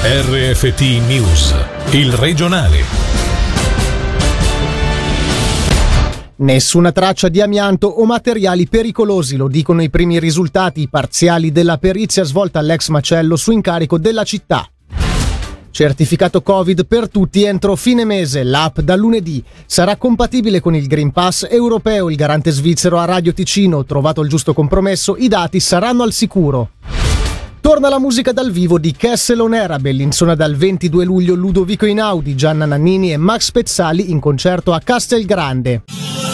RFT News, il regionale. Nessuna traccia di amianto o materiali pericolosi, lo dicono i primi risultati parziali della perizia svolta all'ex macello su incarico della città. Certificato Covid per tutti entro fine mese, l'app da lunedì sarà compatibile con il Green Pass europeo, il garante svizzero a Radio Ticino, trovato il giusto compromesso, i dati saranno al sicuro. Torna la musica dal vivo di Kessel On Air a Bellinzona dal 22 luglio, Ludovico Einaudi, Gianna Nannini e Max Pezzali in concerto a Castelgrande.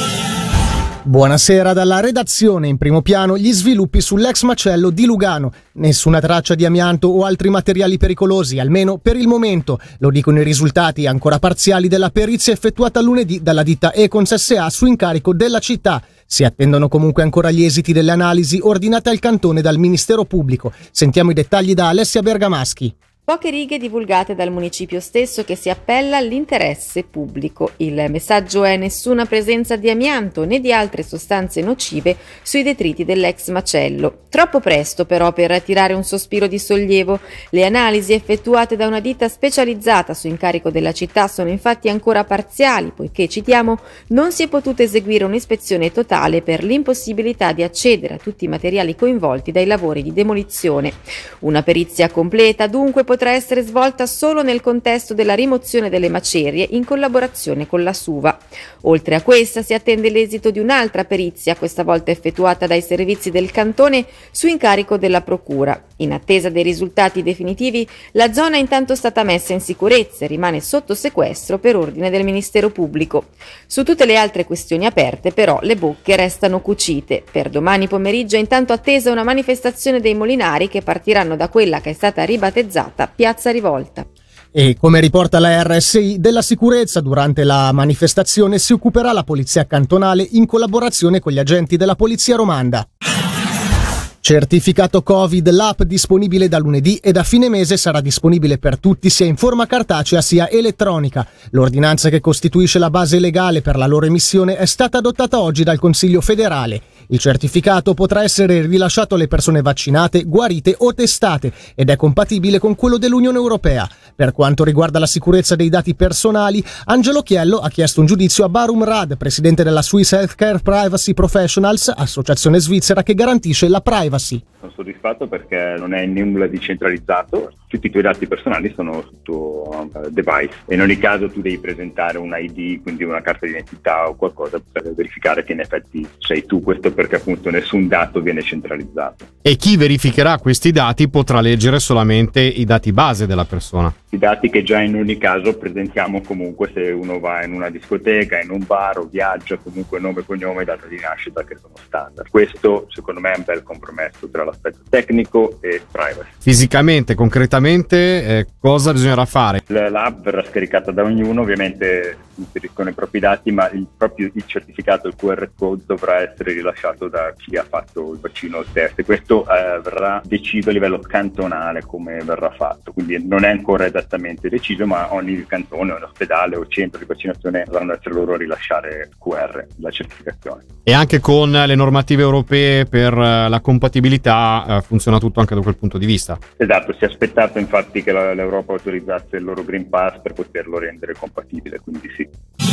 Buonasera dalla redazione, in primo piano gli sviluppi sull'ex macello di Lugano. Nessuna traccia di amianto o altri materiali pericolosi, almeno per il momento. Lo dicono i risultati ancora parziali della perizia effettuata lunedì dalla ditta Econs SA su incarico della città. Si attendono comunque ancora gli esiti delle analisi ordinate al cantone dal Ministero Pubblico. Sentiamo i dettagli da Alessia Bergamaschi. Poche righe divulgate dal municipio stesso che si appella all'interesse pubblico. Il messaggio è: nessuna presenza di amianto né di altre sostanze nocive sui detriti dell'ex macello. Troppo presto però per tirare un sospiro di sollievo. Le analisi effettuate da una ditta specializzata su incarico della città sono infatti ancora parziali, poiché, citiamo, non si è potuta eseguire un'ispezione totale per l'impossibilità di accedere a tutti i materiali coinvolti dai lavori di demolizione. Una perizia completa dunque potrà essere svolta solo nel contesto della rimozione delle macerie in collaborazione con la SUVA. Oltre a questa si attende l'esito di un'altra perizia, questa volta effettuata dai servizi del cantone su incarico della procura. In attesa dei risultati definitivi, la zona è intanto stata messa in sicurezza e rimane sotto sequestro per ordine del Ministero Pubblico. Su tutte le altre questioni aperte, però, le bocche restano cucite. Per domani pomeriggio è intanto attesa una manifestazione dei molinari che partiranno da quella che è stata ribattezzata Piazza Rivolta. E come riporta la RSI, della sicurezza durante la manifestazione si occuperà la polizia cantonale in collaborazione con gli agenti della polizia romanda. Certificato Covid, l'app disponibile da lunedì e da fine mese sarà disponibile per tutti sia in forma cartacea sia elettronica. L'ordinanza che costituisce la base legale per la loro emissione è stata adottata oggi dal Consiglio federale. Il certificato potrà essere rilasciato alle persone vaccinate, guarite o testate ed è compatibile con quello dell'Unione Europea. Per quanto riguarda la sicurezza dei dati personali, Angelo Chiello ha chiesto un giudizio a Barum Rad, presidente della Swiss Healthcare Privacy Professionals, associazione svizzera che garantisce la privacy. Sono soddisfatto perché non è nulla di centralizzato, tutti i tuoi dati personali sono sul tuo device e in ogni caso tu devi presentare un ID, quindi una carta d'identità o qualcosa per verificare che in effetti sei tu, questo perché appunto nessun dato viene centralizzato. E chi verificherà questi dati potrà leggere solamente i dati base della persona. I dati che già in ogni caso presentiamo comunque se uno va in una discoteca, in un bar o viaggia, comunque nome, cognome e data di nascita che sono standard. Questo secondo me è un bel compromesso tra l'aspetto tecnico e privacy. Fisicamente, concretamente, cosa bisognerà fare? L'app verrà scaricata da ognuno, ovviamente inseriscono i propri dati, ma il certificato, il QR code dovrà essere rilasciato da chi ha fatto il vaccino o il test e questo verrà deciso a livello cantonale come verrà fatto, quindi non è ancora esattamente deciso, ma ogni cantone, ogni ospedale o centro di vaccinazione dovranno essere loro a rilasciare QR, la certificazione. E anche con le normative europee per la compatibilità funziona tutto anche da quel punto di vista? Esatto, si è aspettato infatti che l'Europa autorizzasse il loro Green Pass per poterlo rendere compatibile, quindi sì.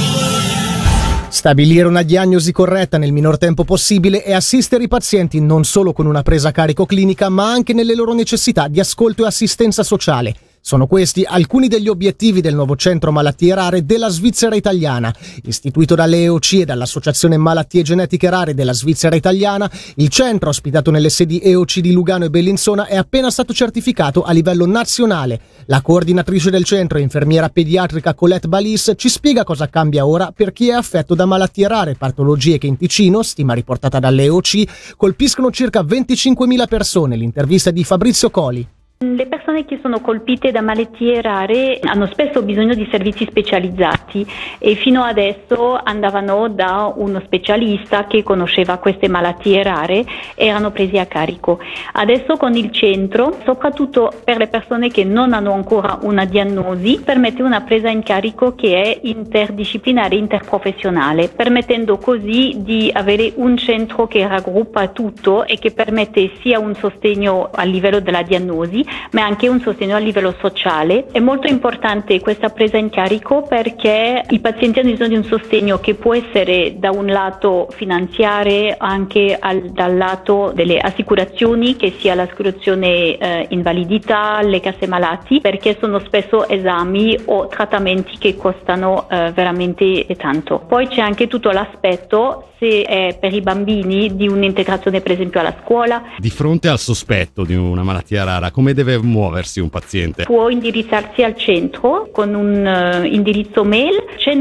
Stabilire una diagnosi corretta nel minor tempo possibile e assistere i pazienti non solo con una presa a carico clinica, ma anche nelle loro necessità di ascolto e assistenza sociale. Sono questi alcuni degli obiettivi del nuovo centro malattie rare della Svizzera italiana. Istituito dalle EOC e dall'Associazione Malattie Genetiche Rare della Svizzera italiana, il centro, ospitato nelle sedi EOC di Lugano e Bellinzona, è appena stato certificato a livello nazionale. La coordinatrice del centro, infermiera pediatrica Colette Balis, ci spiega cosa cambia ora per chi è affetto da malattie rare, patologie che in Ticino, stima riportata dalle EOC, colpiscono circa 25.000 persone. L'intervista di Fabrizio Coli. Le persone che sono colpite da malattie rare hanno spesso bisogno di servizi specializzati e fino adesso andavano da uno specialista che conosceva queste malattie rare e erano presi a carico. Adesso con il centro, soprattutto per le persone che non hanno ancora una diagnosi, permette una presa in carico che è interdisciplinare, interprofessionale, permettendo così di avere un centro che raggruppa tutto e che permette sia un sostegno a livello della diagnosi ma anche un sostegno a livello sociale. È molto importante questa presa in carico perché i pazienti hanno bisogno di un sostegno che può essere da un lato finanziario, anche dal lato delle assicurazioni, che sia l'assicurazione invalidità, le casse malati, perché sono spesso esami o trattamenti che costano veramente tanto. Poi c'è anche tutto l'aspetto, se è per i bambini, di un'integrazione per esempio alla scuola. Di fronte al sospetto di una malattia rara, come deve muoversi un paziente? Può indirizzarsi al centro con un indirizzo mail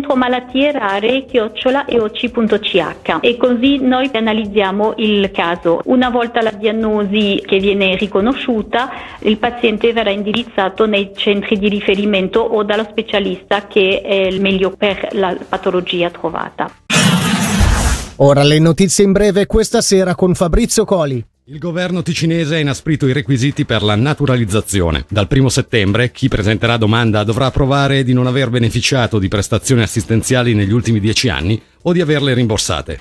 centromalatierare@eoc.ch e così noi analizziamo il caso. Una volta la diagnosi che viene riconosciuta, il paziente verrà indirizzato nei centri di riferimento o dallo specialista che è il meglio per la patologia trovata. Ora le notizie in breve questa sera con Fabrizio Coli. Il governo ticinese ha inasprito i requisiti per la naturalizzazione. Dal 1 settembre chi presenterà domanda dovrà provare di non aver beneficiato di prestazioni assistenziali negli ultimi 10 anni o di averle rimborsate.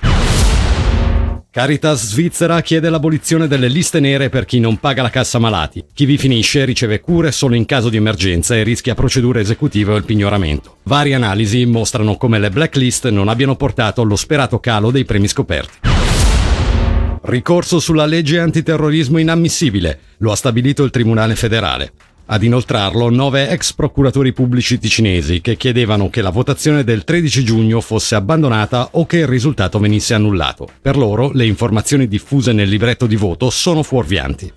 Caritas Svizzera chiede l'abolizione delle liste nere per chi non paga la cassa malati. Chi vi finisce riceve cure solo in caso di emergenza e rischia procedure esecutive o il pignoramento. Varie analisi mostrano come le blacklist non abbiano portato allo sperato calo dei premi scoperti. Ricorso sulla legge antiterrorismo inammissibile, lo ha stabilito il Tribunale federale. Ad inoltrarlo 9 ex procuratori pubblici ticinesi che chiedevano che la votazione del 13 giugno fosse abbandonata o che il risultato venisse annullato. Per loro le informazioni diffuse nel libretto di voto sono fuorvianti.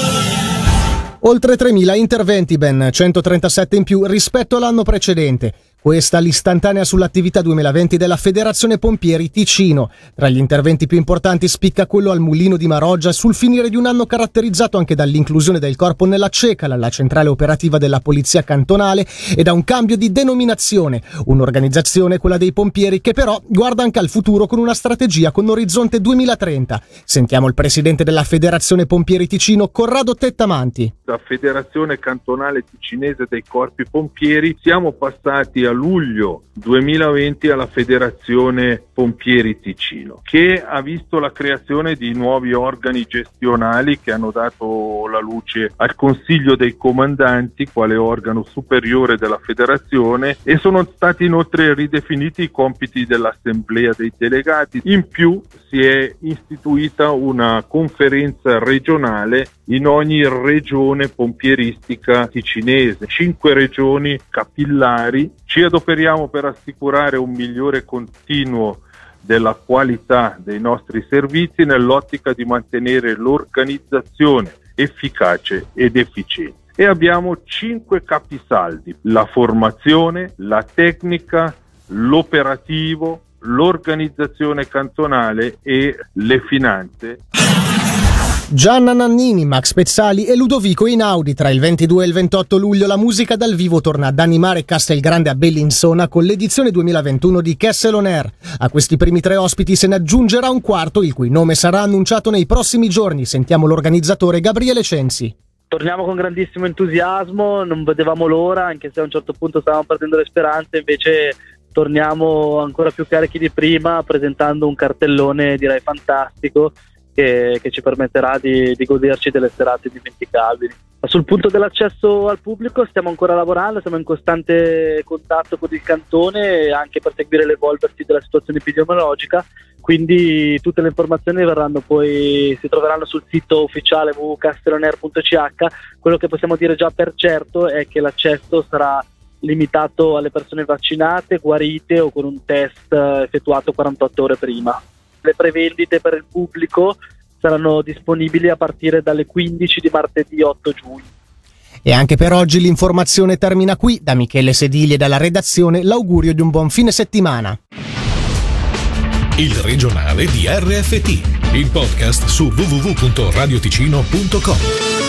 Oltre 3.000 interventi, ben 137 in più rispetto all'anno precedente. Questa l'istantanea sull'attività 2020 della Federazione Pompieri Ticino. Tra gli interventi più importanti spicca quello al Mulino di Maroggia sul finire di un anno caratterizzato anche dall'inclusione del corpo nella CECAL, la centrale operativa della Polizia Cantonale, e da un cambio di denominazione. Un'organizzazione, quella dei pompieri, che però guarda anche al futuro con una strategia con orizzonte 2030. Sentiamo il presidente della Federazione Pompieri Ticino, Corrado Tettamanti. Da Federazione Cantonale Ticinese dei Corpi Pompieri siamo passati a luglio 2020 alla Federazione Pompieri Ticino, che ha visto la creazione di nuovi organi gestionali che hanno dato la luce al Consiglio dei Comandanti quale organo superiore della federazione, e sono stati inoltre ridefiniti i compiti dell'Assemblea dei Delegati. In più si è istituita una conferenza regionale in ogni regione pompieristica ticinese, 5 regioni capillari. Ci adoperiamo per assicurare un migliore continuo della qualità dei nostri servizi nell'ottica di mantenere l'organizzazione efficace ed efficiente. E abbiamo 5 capisaldi: la formazione, la tecnica, l'operativo, l'organizzazione cantonale e le finanze. Gianna Nannini, Max Pezzali e Ludovico Einaudi. Tra il 22 e il 28 luglio la musica dal vivo torna ad animare Castelgrande a Bellinzona con l'edizione 2021 di Kessel On Air. A questi primi 3 ospiti se ne aggiungerà un quarto, il cui nome sarà annunciato nei prossimi giorni. Sentiamo l'organizzatore Gabriele Censi. Torniamo con grandissimo entusiasmo, non vedevamo l'ora, anche se a un certo punto stavamo perdendo le speranze, invece torniamo ancora più carichi di prima, presentando un cartellone direi fantastico che ci permetterà di goderci delle serate indimenticabili. Ma sul punto dell'accesso al pubblico stiamo ancora lavorando, siamo in costante contatto con il cantone anche per seguire l'evolversi della situazione epidemiologica, quindi tutte le informazioni si troveranno sul sito ufficiale www.castelonair.ch. Quello che possiamo dire già per certo è che l'accesso sarà limitato alle persone vaccinate, guarite o con un test effettuato 48 ore prima. Le prevendite per il pubblico saranno disponibili a partire dalle 15 di martedì 8 giugno. E anche per oggi l'informazione termina qui. Da Michele Sedili e dalla redazione l'augurio di un buon fine settimana. Il regionale di RFT, il podcast su www.radioticino.com.